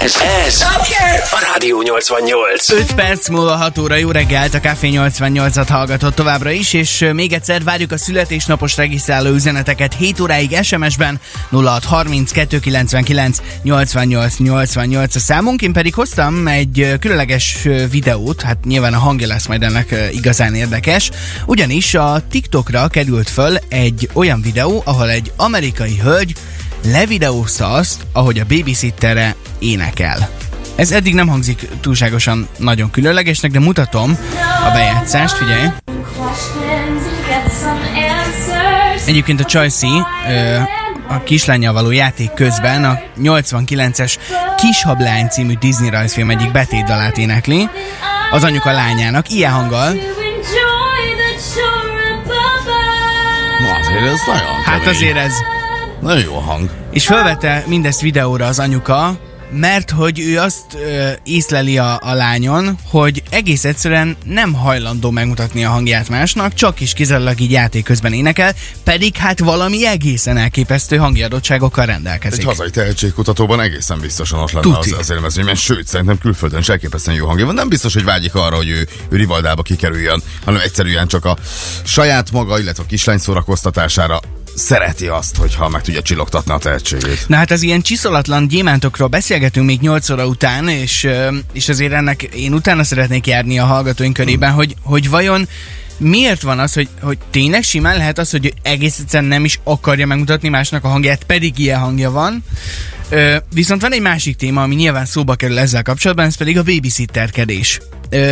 Ez a Rádió 88. 5 perc múlva 6 óra, jó reggelt, a Café 88-at hallgatott továbbra is, és még egyszer várjuk a születésnapos regisztráló üzeneteket 7 óráig SMS-ben 0630 299 88 88 a számunk. Én pedig hoztam egy különleges videót, hát nyilván a hangja lesz majd ennek igazán érdekes, ugyanis a TikTokra került föl egy olyan videó, ahol egy amerikai hölgy levideózta azt, ahogy a babysittere énekel. Ez eddig nem hangzik túlságosan nagyon különlegesnek, de mutatom a bejátszást, figyelj! Egyébként a Csajci a kislánnyal való játék közben a 89-es Kishablány című Disney rajzfilm egyik betétdalát énekli az anyuka lányának, ilyen hanggal. Azért ez nagyon Hát kemény. azért ez. Nagyon jó hang. És felvette mindezt videóra az anyuka, mert hogy ő azt észleli a lányon, hogy egész egyszerűen nem hajlandó megmutatni a hangját másnak, csak is kizárólag így játék közben énekel, pedig hát valami egészen elképesztő hangi adottságokkal rendelkezik. Egy hazai tehetségkutatóban egészen biztosan ott lenne az élmezőnyben, sőt, szerintem külföldön is elképesztően jó hangja van. Nem biztos, hogy vágyik arra, hogy ő rivaldába kikerüljön, hanem egyszerűen csak a saját maga, illetve a kislány szórakoztatására szereti azt, hogyha meg tudja csillogtatni a tehetségét. Na hát az ilyen csiszolatlan gyémántokról beszélgetünk még 8 óra után, és azért ennek én utána szeretnék járni a hallgatóink körében, hogy vajon miért van az, hogy tényleg simán lehet az, hogy egész egyszerűen nem is akarja megmutatni másnak a hangját, pedig ilyen hangja van. Viszont van egy másik téma, ami nyilván szóba kerül ezzel kapcsolatban, ez pedig a babysitterkedés.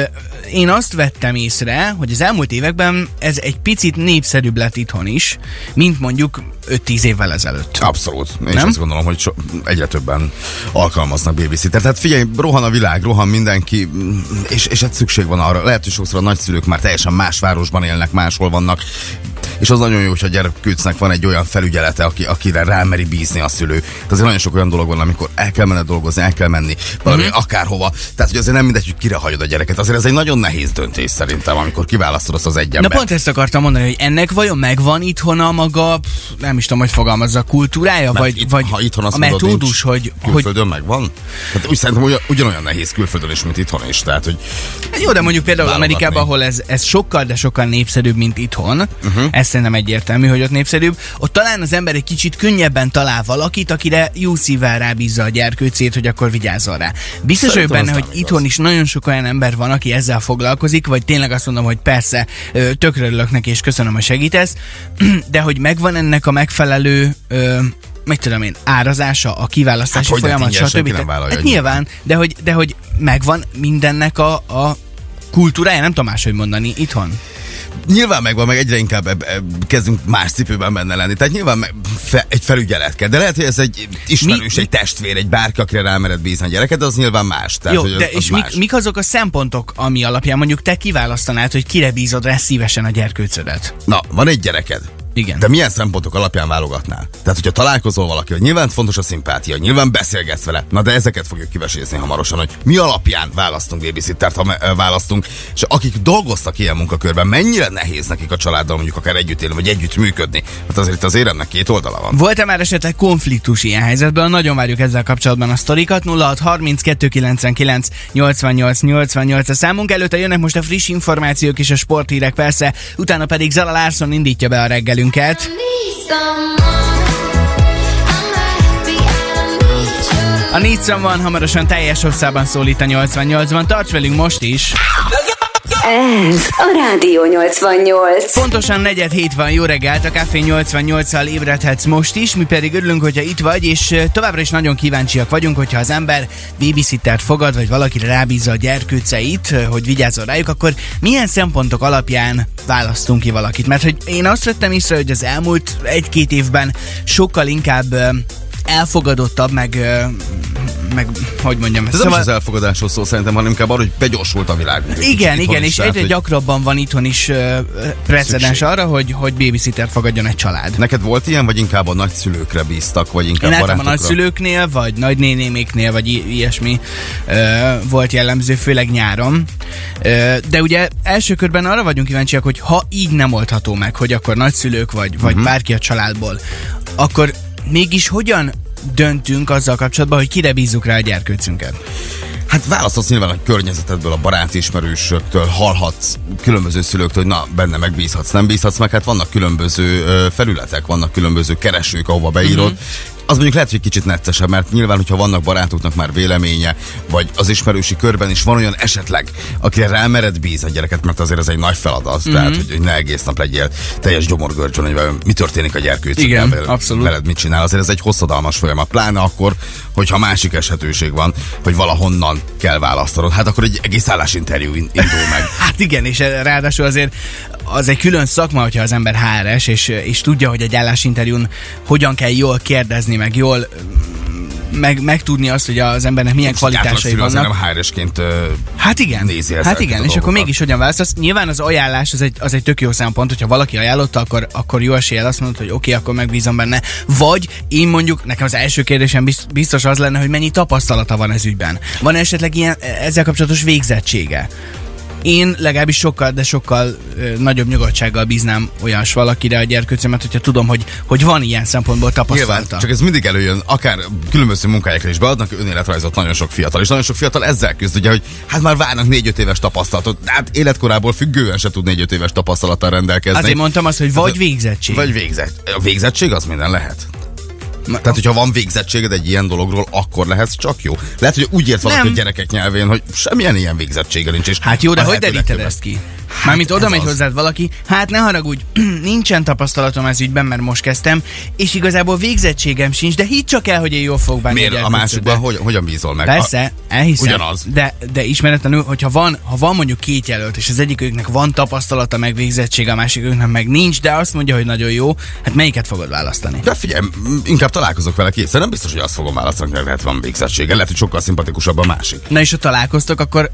Én azt vettem észre, hogy az elmúlt években ez egy picit népszerűbb lett itthon is, mint mondjuk 5-10 évvel ezelőtt. Abszolút. Én is azt gondolom, hogy egyre többen alkalmaznak babysitter. Tehát figyelj, rohan a világ, rohan mindenki, és hát szükség van arra. Lehet, hogy sokszor a nagyszülők már teljesen más városban élnek, máshol vannak, és az nagyon jó, hogyha a gyerekücnek van egy olyan felügyelete, akire rámeri bízni a szülő. Tehát azért nagyon sok olyan dolog van, amikor el kell menned dolgozni, el kell menni valami akárhova. Tehát, hogy azért nem mindegy, hogy kire hagyod a gyereket. Azért ez egy nagyon nehéz döntés szerintem, amikor kiválasztod azt az egy embert. Na pont ezt akartam mondani, hogy ennek vajon megvan itthon a maga, nem is tudom, hogy fogalmazza, kultúrája, vagy ha itthon azt a mondod, metódus, hogy külföldön megvan? Tehát úgy szerintem ugyanolyan nehéz külföldön is, mint itthon is. Tehát, hogy jó, de mondjuk például Amerikában, ahol ez sokkal, de sokkal népszerűbb, mint itthon, ez szerintem egyértelmű, hogy ott népszerűbb, ott talán az ember egy kicsit könnyebben talál valakit, akire jó szívvel rábízza a gyerkőcét, hogy akkor vigyázzon rá. Biztos vagyok benne, hogy itthon is nagyon sok olyan ember van, aki ezzel foglalkozik, vagy tényleg azt mondom, hogy persze, tökre örülök neki, és köszönöm, hogy segítesz, de hogy megvan ennek a megfelelő meg tudom én, árazása, a kiválasztási folyamat, stb. Hát nyilván, de hogy megvan mindennek a kultúrája, nem tudom máshogy mondani, itthon. Nyilván megvan, meg egyre inkább kezdünk más cipőben benne lenni. Tehát nyilván egy felügyelet kell. De lehet, hogy ez egy ismerős, egy testvér, egy bárki, akire rámered bízni a gyereket, de az nyilván más. Tehát, jó, hogy de és mik azok a szempontok, ami alapján mondjuk te kiválasztanád, hogy kire bízod rá szívesen a gyerkőcödet? Na, van egy gyereked. Igen. De milyen szempontok alapján válogatnál? Tehát, hogyha találkozol valakivel, nyilván fontos a szimpátia, nyilván beszélgetsz vele, na de ezeket fogjuk kivesézni hamarosan, hogy mi alapján választunk babysittert, ha választunk, és akik dolgoztak ilyen munkakörben, mennyire nehéz nekik a családdal mondjuk akár együtt élni, vagy együtt működni. Hát azért az éremnek két oldala van. Volt-e már esetleg konfliktus ilyen helyzetben? Nagyon várjuk ezzel kapcsolatban a sztorikat. 0630 299 88 88 a számunk. Előtte jönnek most a friss információk és a sporthírek persze, utána pedig Zara Larsson indítja be a reggelünket. A Need Someone hamarosan teljes hosszában szólít a 88-ban. Tarts velünk most is! Ez a Rádió 88. Pontosan 4:07 van, jó reggelt, a Café 88-szal ébredhetsz most is, mi pedig örülünk, hogyha itt vagy, és továbbra is nagyon kíváncsiak vagyunk, hogyha az ember babysittert fogad, vagy valakire rábízza a gyerkőceit, hogy vigyázzon rájuk, akkor milyen szempontok alapján választunk ki valakit? Mert hogy én azt vettem észre, hogy az elmúlt 1-2 évben sokkal inkább elfogadottabb, meg hogy mondjam ezt. Ez nem is az elfogadásról szól szerintem, hanem inkább arra, hogy begyorsult a világ. Igen, és egyre gyakrabban van itthon is precedens arra, hogy babysittert fogadjon egy család. Neked volt ilyen, vagy inkább a nagyszülőkre bíztak, vagy inkább barátokra? Én a nagyszülőknél, vagy nagynénéméknél, vagy ilyesmi volt jellemző, főleg nyáron. De ugye első körben arra vagyunk kíváncsiak, hogy ha így nem oldható meg, hogy akkor nagyszülők, vagy bárki a családból, akkor mégis hogyan döntünk azzal kapcsolatban, hogy kire bízzuk rá a gyerkőcünket? Hát választasz nyilván a környezetedből, a baráti ismerősöktől, hallhatsz különböző szülőktől, hogy na, benne megbízhatsz, nem bízhatsz meg, hát vannak különböző felületek, vannak különböző keresők, ahova beírod. Az mondjuk lehet, hogy kicsit neccesebb, mert nyilván, hogyha vannak barátoknak már véleménye, vagy az ismerősi körben is van olyan esetleg, akire rámered bíz a gyereket, mert azért ez egy nagy feladat, tehát hogy ne egész nap legyél teljes gyomorgörcsön, hogy mi történik a gyerkőcükkel, veled mit csinál, azért ez egy hosszadalmas folyamat, pláne akkor, hogyha másik esetőség van, hogy valahonnan kell választanod, hát akkor egy egész állásinterjú indul meg. Hát igen, és ráadásul azért az egy külön szakma, hogyha az ember HR-es, és tudja, hogy egy állásinterjún hogyan kell jól kérdezni, meg jól megtudni azt, hogy az embernek milyen kvalitásai vannak. Nem HR-esként hát igen, és akkor mégis hogyan választasz. Nyilván az ajánlás az egy tök jó szempont, hogyha valaki ajánlotta, akkor jó eséllyel azt mondod, hogy oké, akkor megbízom benne. Vagy én mondjuk, nekem az első kérdésem biztos az lenne, hogy mennyi tapasztalata van ez ügyben. Van esetleg ilyen ezzel kapcsolatos végzettsége? Én legalábbis sokkal nagyobb nyugodtsággal bíznám olyas valakire a gyerkőcömet, hogyha tudom, hogy van ilyen szempontból tapasztalata. Nyilván, csak ez mindig előjön, akár különböző munkájákra is beadnak önéletrajzot nagyon sok fiatal, és nagyon sok fiatal ezzel küzd, ugye, hogy hát már várnak 4-5 éves tapasztalatot, de hát életkorából függően se tud 4-5 éves tapasztalattal rendelkezni. Azért mondtam azt, hogy vagy végzettség. Vagy a végzettség az minden lehet. Tehát, hogyha van végzettséged egy ilyen dologról, akkor lehetsz csak jó. Lehet, hogy úgy ért valaki a gyerekek nyelvén, hogy semmilyen ilyen végzettsége nincs. És hát jó, de hogy deríted ezt ki? Mármint oda megy hozzád valaki, hát ne haragudj, nincsen tapasztalatom ez ügyben, mert most kezdtem, és igazából végzettségem sincs, de hidd csak el, hogy én jól fogok bánni. Miért a másikban hogyan bízol meg? Persze, elhiszem. Ugyanaz. De ismeretlenül, hogyha van mondjuk két jelölt, és az egyiküknek van tapasztalata, meg végzettsége, a másiküknek meg nincs, de azt mondja, hogy nagyon jó, hát melyiket fogod választani? De figyelj, inkább találkozok vele kétszer, nem biztos, hogy azt fogom választani, mert lehet van végzettsége, lehet, hogy sokkal szimpatikusabb a másik. Na és ha találkoztok, akkor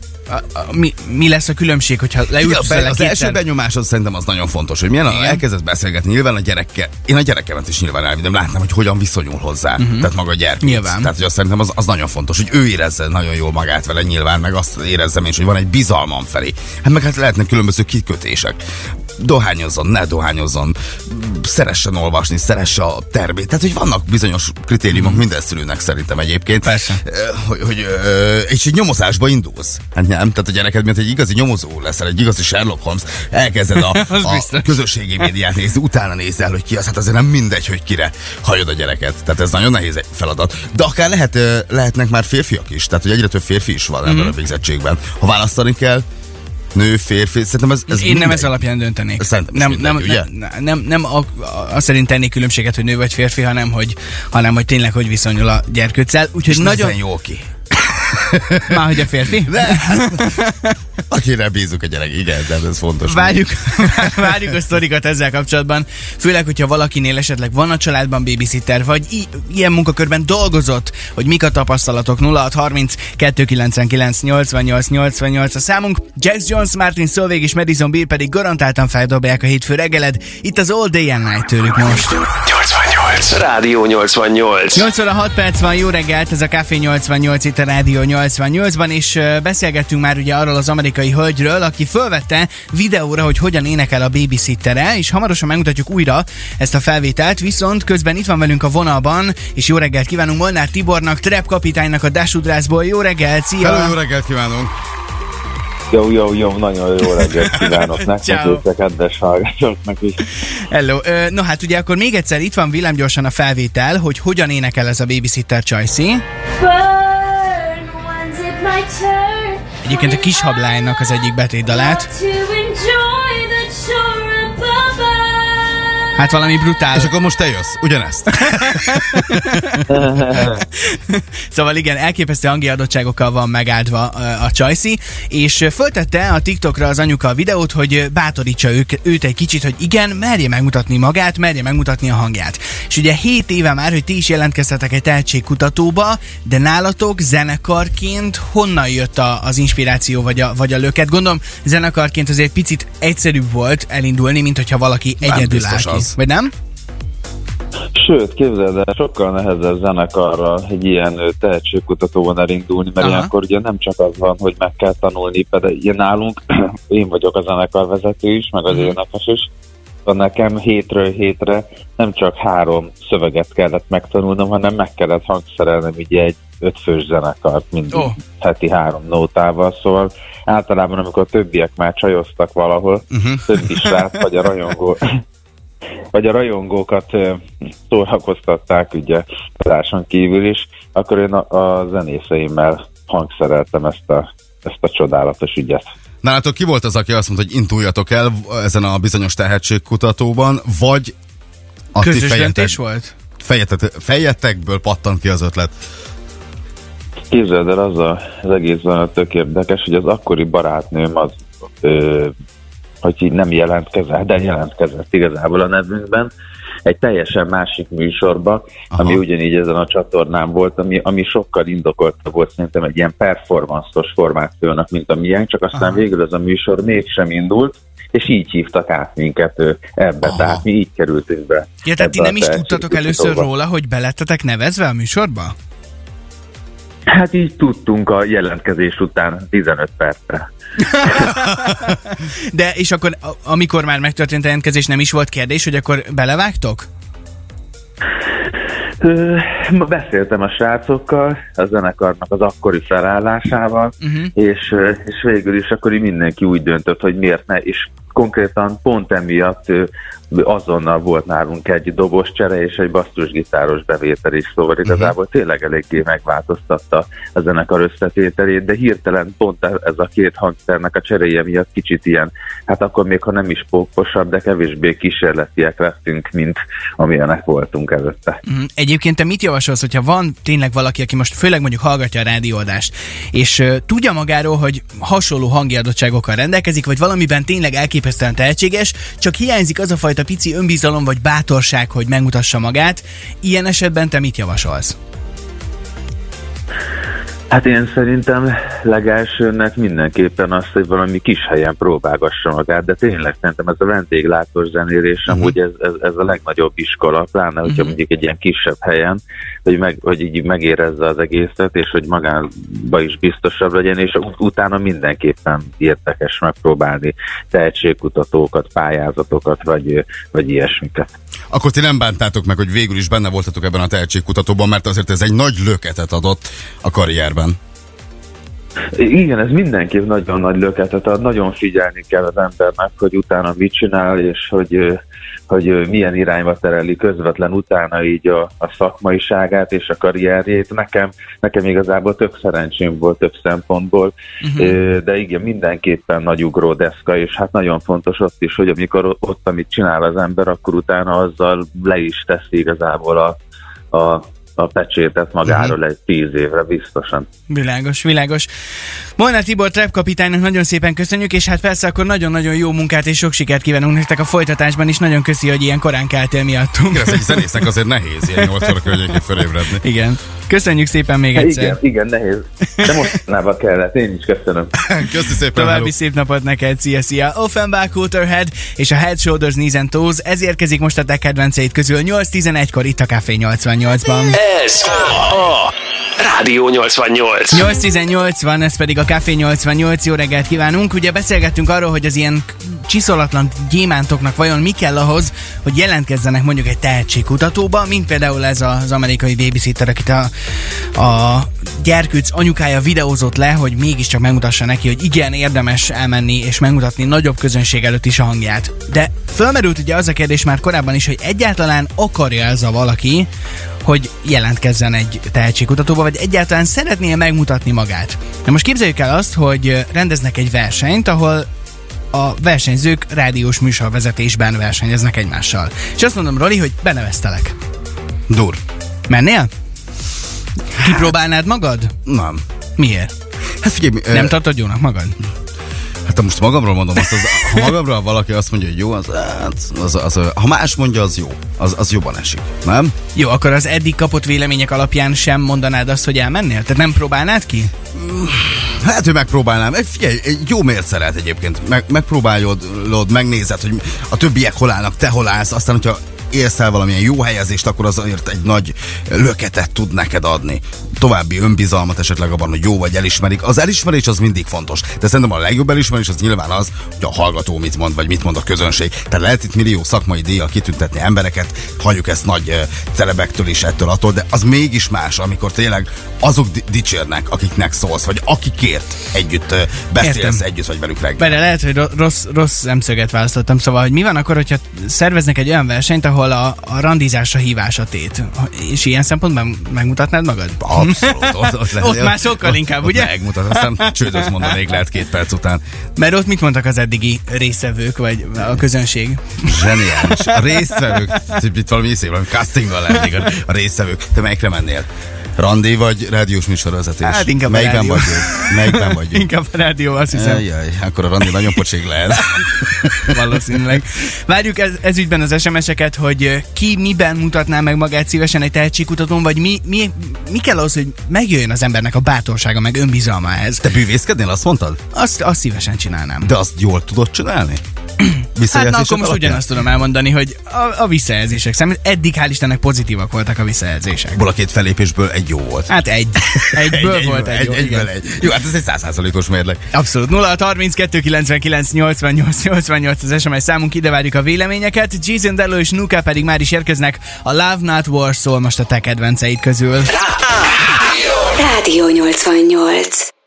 mi lesz a különbség, hogyha leülsz vele az első benyomásod szerintem az nagyon fontos, hogy milyen elkezdesz beszélgetni, nyilván a gyerekkel, én a gyerekemet is nyilván elvinném, látnám, hogy hogyan viszonyul hozzá, tehát maga a gyerkőc. Nyilván. Tehát, hogy azt szerintem az nagyon fontos, hogy ő érezze nagyon jól magát vele nyilván, meg azt érezzem én, hogy van egy bizalmam felé. Hát meg hát lehetnek különböző kikötések. Dohányozzon, ne dohányozzon, szeressen olvasni, szeresse a termét. Tehát, hogy vannak bizonyos kritériumok minden szülőnek szerintem egyébként. Persze. És egy nyomozásba indulsz. Hát nem, tehát a gyereked, mint egy igazi nyomozó leszel, egy igazi Sherlock Holmes, elkezded a közösségi médiát nézni, utána nézel, hogy ki az, hát azért nem mindegy, hogy kire hagyod a gyereket. Tehát ez nagyon nehéz egy feladat. De akár lehetnek már férfiak is, tehát hogy egyre több férfi is van ebben a végzettségben. Ha választani kell, nő, férfi, szerintem ez én nem ez alapján döntenék. Nem azt szerint tennék különbséget, hogy nő vagy férfi, hanem hogy tényleg hogy viszonyul a gyerkőccel. Úgyhogy nagyon jó ki. Már hogy a férfi? De, akire bízunk a gyerek, igen, de ez fontos. Várjuk a sztorikat ezzel kapcsolatban, főleg, hogyha valakinél esetleg van a családban babysitter, vagy ilyen munkakörben dolgozott, hogy mik a tapasztalatok. 0630 299 88 88 a számunk. Jax Jones, Martin Solveig és Madison Beer pedig garantáltan feldobják a hétfő reggeled. Itt az All Day and Night tőlük most. 88. Rádió 88. 8 óra 6 perc van, jó reggelt, ez a Café 88 itt a Rádió 88-ban, és beszélgettünk már ugye arról az amerikai hölgyről, aki fölvette videóra, hogy hogyan énekel a babysittere, és hamarosan megmutatjuk újra ezt a felvételt, viszont közben itt van velünk a vonalban, és jó reggelt kívánunk Molnár Tibornak, Trap kapitánynak a Dasudrászból. Jó reggelt, szia! Hello, jó reggelt kívánunk! Jó, nagyon jó reggelt kívánok nektek, és a kedves hallgatóknak is. Hello. No hát ugye akkor még egyszer itt van villámgyorsan a felvétel, hogy hogyan énekel ez a babysitter Csajci. Egyébként a Kishablány-nak az egyik betétdalát. Hát valami brutál. És akkor most te jössz, ugyanezt. Szóval igen, elképesztő hangi adottságokkal van megáldva a Csajci, és föltette a TikTokra az anyuka a videót, hogy bátorítsa őt egy kicsit, hogy igen, merje megmutatni magát, merje megmutatni a hangját. És ugye 7 éve már, hogy ti is jelentkeztetek egy tehetségkutatóba, de nálatok zenekarként honnan jött az inspiráció vagy a löket? Gondolom, zenekarként azért picit egyszerűbb volt elindulni, mint hogyha valaki egyedül áll ki. Vagy nem? Sőt, képzeld el, sokkal nehezebb zenekarral egy ilyen tehetségkutatóban elindulni, mert ilyenkor ugye nem csak az van, hogy meg kell tanulni, de nálunk én vagyok a zenekarvezető is, meg az énekes is, nekem hétről hétre nem csak 3 szöveget kellett megtanulnom, hanem meg kellett hangszerelnem ugye egy 5 fős zenekart mindig heti 3 nótával, szóval általában amikor többiek már csajoztak valahol, többi srác vagy a rajongókat szórakoztatták ugye adáson kívül is, akkor én a zenészeimmel hangszereltem ezt a csodálatos ügyet. Nálatok ki volt az, aki azt mondta, hogy induljatok el ezen a bizonyos tehetségkutatóban, vagy a közös döntés volt? Fejetekből pattant ki az ötlet? Képzeld el, az egészben tök érdekes, hogy az akkori barátnőm az, hogy így nem jelentkezett, de jelentkezett igazából a nevünkben, egy teljesen másik műsorba, ami ugyanígy ezen a csatornán volt, ami sokkal indokoltabb volt szerintem egy ilyen performance-os formációnak, mint a miénk, csak aztán végül ez a műsor mégsem indult, és így hívtak át minket ebbe, tehát mi így kerültünk be. Ja, tehát ti nem is tudtatok először róla, hogy belettetek nevezve a műsorba? Hát így tudtunk a jelentkezés után 15 percre. De és akkor, amikor már megtörtént a jelentkezés, nem is volt kérdés, hogy akkor belevágtok? Beszéltem a srácokkal, a zenekarnak az akkori felállásával, és végül is akkor mindenki úgy döntött, hogy miért ne, és konkrétan pont emiatt azonnal volt nálunk egy doboscsere és egy basszusgitáros bevétel is, szóval igazából tényleg eléggé megváltoztatta a zenekar összetételét, de hirtelen pont ez a 2 hangszernek a cseréje miatt kicsit ilyen, hát akkor még ha nem is póposabb, de kevésbé kísérletiek lettünk, mint amilyenek voltunk előtte. Egyébként te mit javasolsz, hogyha van tényleg valaki, aki most főleg mondjuk hallgatja a rádióadást, és tudja magáról, hogy hasonló hangi adottságokkal rendelkezik, vagy valamiben tényleg elképesztően tehetséges, csak hiányzik az a fajta pici önbizalom vagy bátorság, hogy megmutassa magát. Ilyen esetben te mit javasolsz? Hát én szerintem legelsőnek mindenképpen azt, hogy valami kis helyen próbálgassa magát, de tényleg szerintem ez a vendéglátós zenélés amúgy ez a legnagyobb iskola, pláne hogyha mondjuk egy ilyen kisebb helyen, hogy így megérezze az egészet, és hogy magába is biztosabb legyen, és utána mindenképpen érdekes megpróbálni tehetségkutatókat, pályázatokat, vagy ilyesmiket. Akkor ti nem bántátok meg, hogy végül is benne voltatok ebben a tehetségkutatóban, mert azért ez egy nagy löketet adott a karrierben. Igen, ez mindenképp nagyon nagy löketet ad, nagyon figyelni kell az embernek, hogy utána mit csinál, és hogy milyen irányba tereli közvetlen utána így a szakmaiságát és a karrierjét. Nekem igazából több szerencsém volt több szempontból, de igen, mindenképpen nagy ugródeszka, és hát nagyon fontos ott is, hogy amikor ott, amit csinál az ember, akkor utána azzal le is teszi igazából a pecsétet magáról egy 10 évre biztosan. Világos. Molnár Tibor Trap kapitánynak nagyon szépen köszönjük, és hát persze akkor nagyon-nagyon jó munkát és sok sikert kívánunk nektek a folytatásban is. Nagyon köszi, hogy ilyen korán keltél miattunk. Ez egy zenésznek azért nehéz ilyen 8 óra környékén fölébredni. Igen. Köszönjük szépen még egyszer. Igen, nehéz. De mostanában kellett, én is köszönöm. Köszi szépen. További szép napot neked, szia. Offenbach, Waterhead és a Head, Shoulders, Knees and Toes. Ez érkezik most a te kedvenceid közül 8-11-kor itt a Café 88-ban. Ez a Rádió 88. 8-18 van, ez pedig a Café 88. Jó reggelt kívánunk. Ugye beszélgettünk arról, hogy az ilyen csiszolatlan gyémántoknak vajon mi kell ahhoz, hogy jelentkezzenek mondjuk egy tehetségkutatóba, mint például ez az amerikai babysitter, akit a gyerkőc anyukája videózott le, hogy mégiscsak megmutassa neki, hogy igen, érdemes elmenni és megmutatni nagyobb közönség előtt is a hangját. De fölmerült ugye az a kérdés már korábban is, hogy egyáltalán akarja ez a valaki, hogy jelentkezzen egy tehetségkutatóba, vagy egyáltalán szeretné megmutatni magát. Na most képzeljük el azt, hogy rendeznek egy versenyt, ahol a versenyzők rádiós műsorvezetésben versenyeznek egymással. És azt mondom, Roli, hogy beneveztelek. Dur. Mennél? Kipróbálnád magad? Nem. Miért? Hát figyelj, nem tartod jónak magad? Hát most magamról mondom, ha magamról valaki azt mondja, hogy jó, ha más mondja, az jó. Az jobban esik, nem? Jó, akkor az eddig kapott vélemények alapján sem mondanád azt, hogy elmennél? Tehát nem próbálnád ki? Hát, hogy megpróbálnám. Figyelj, egy jó mérce lehet egyébként. Megpróbálod, megnézed, hogy a többiek hol állnak, te hol állsz, aztán, hogyha élsz el valamilyen jó helyezést, akkor azért egy nagy löketet tud neked adni. További önbizalmat esetleg abban, hogy jó vagy, elismerik. Az elismerés az mindig fontos. De szerintem a legjobb elismerés az nyilván az, hogy a hallgató mit mond, vagy mit mond a közönség. Tehát lehet itt millió szakmai díjjal kitüntetni embereket, hagyjuk ezt nagy celebektől is, ettől, attól, de az mégis más, amikor tényleg azok dicsérnek, akiknek szólsz, vagy akikért együtt beszélsz, Értem. együtt vagy velük reggel. Bele lehet, hogy rossz szemszöget választottam, szóval, hogy mi van akkor, hogyha szerveznek egy olyan versenyt, ahol a randizásra hívás a tét, és ilyen szempontban megmutatnád magad? Abszolút. Ott már sokkal inkább, ugye? Megmutat, aztán csődöt mondanék lehet 2 perc után. Mert ott mit mondtak az eddigi résztvevők, vagy a közönség? Zseniális. A résztvevők, itt valami valami castinggal lennék a résztvevők. Te melyikre mennél? Randi vagy rádiós műsorvezetés? Hát inkább melyikben a rádió. Melyikben vagyunk? Inkább a rádió, azt hiszem. Jaj, akkor a Randi nagyon pocség lehet. Valószínűleg. Várjuk ez ügyben az SMS-eket, hogy ki miben mutatná meg magát szívesen egy tehetségkutatón, vagy mi kell ahhoz, hogy megjöjjön az embernek a bátorsága, meg önbizalma ehhez. Te bűvészkednél, azt mondtad? Azt szívesen csinálnám. De azt jól tudod csinálni? Hát na, akkor most ugyanazt tudom elmondani, hogy a visszajelzések számít. Eddig hál' Istennek pozitívak voltak a visszajelzések. Abból a 2 fellépésből egy jó volt. Hát egyből volt egy jó. Egyből egy. Jó, hát ez egy 100%-os mérleg. Abszolút. 0-32 99 88 88 az SMS számunk, ide várjuk a véleményeket. Jason Derulo és Nuka pedig már is érkeznek. A Love Not War szól most a te kedvenceid közül. Rádió 88.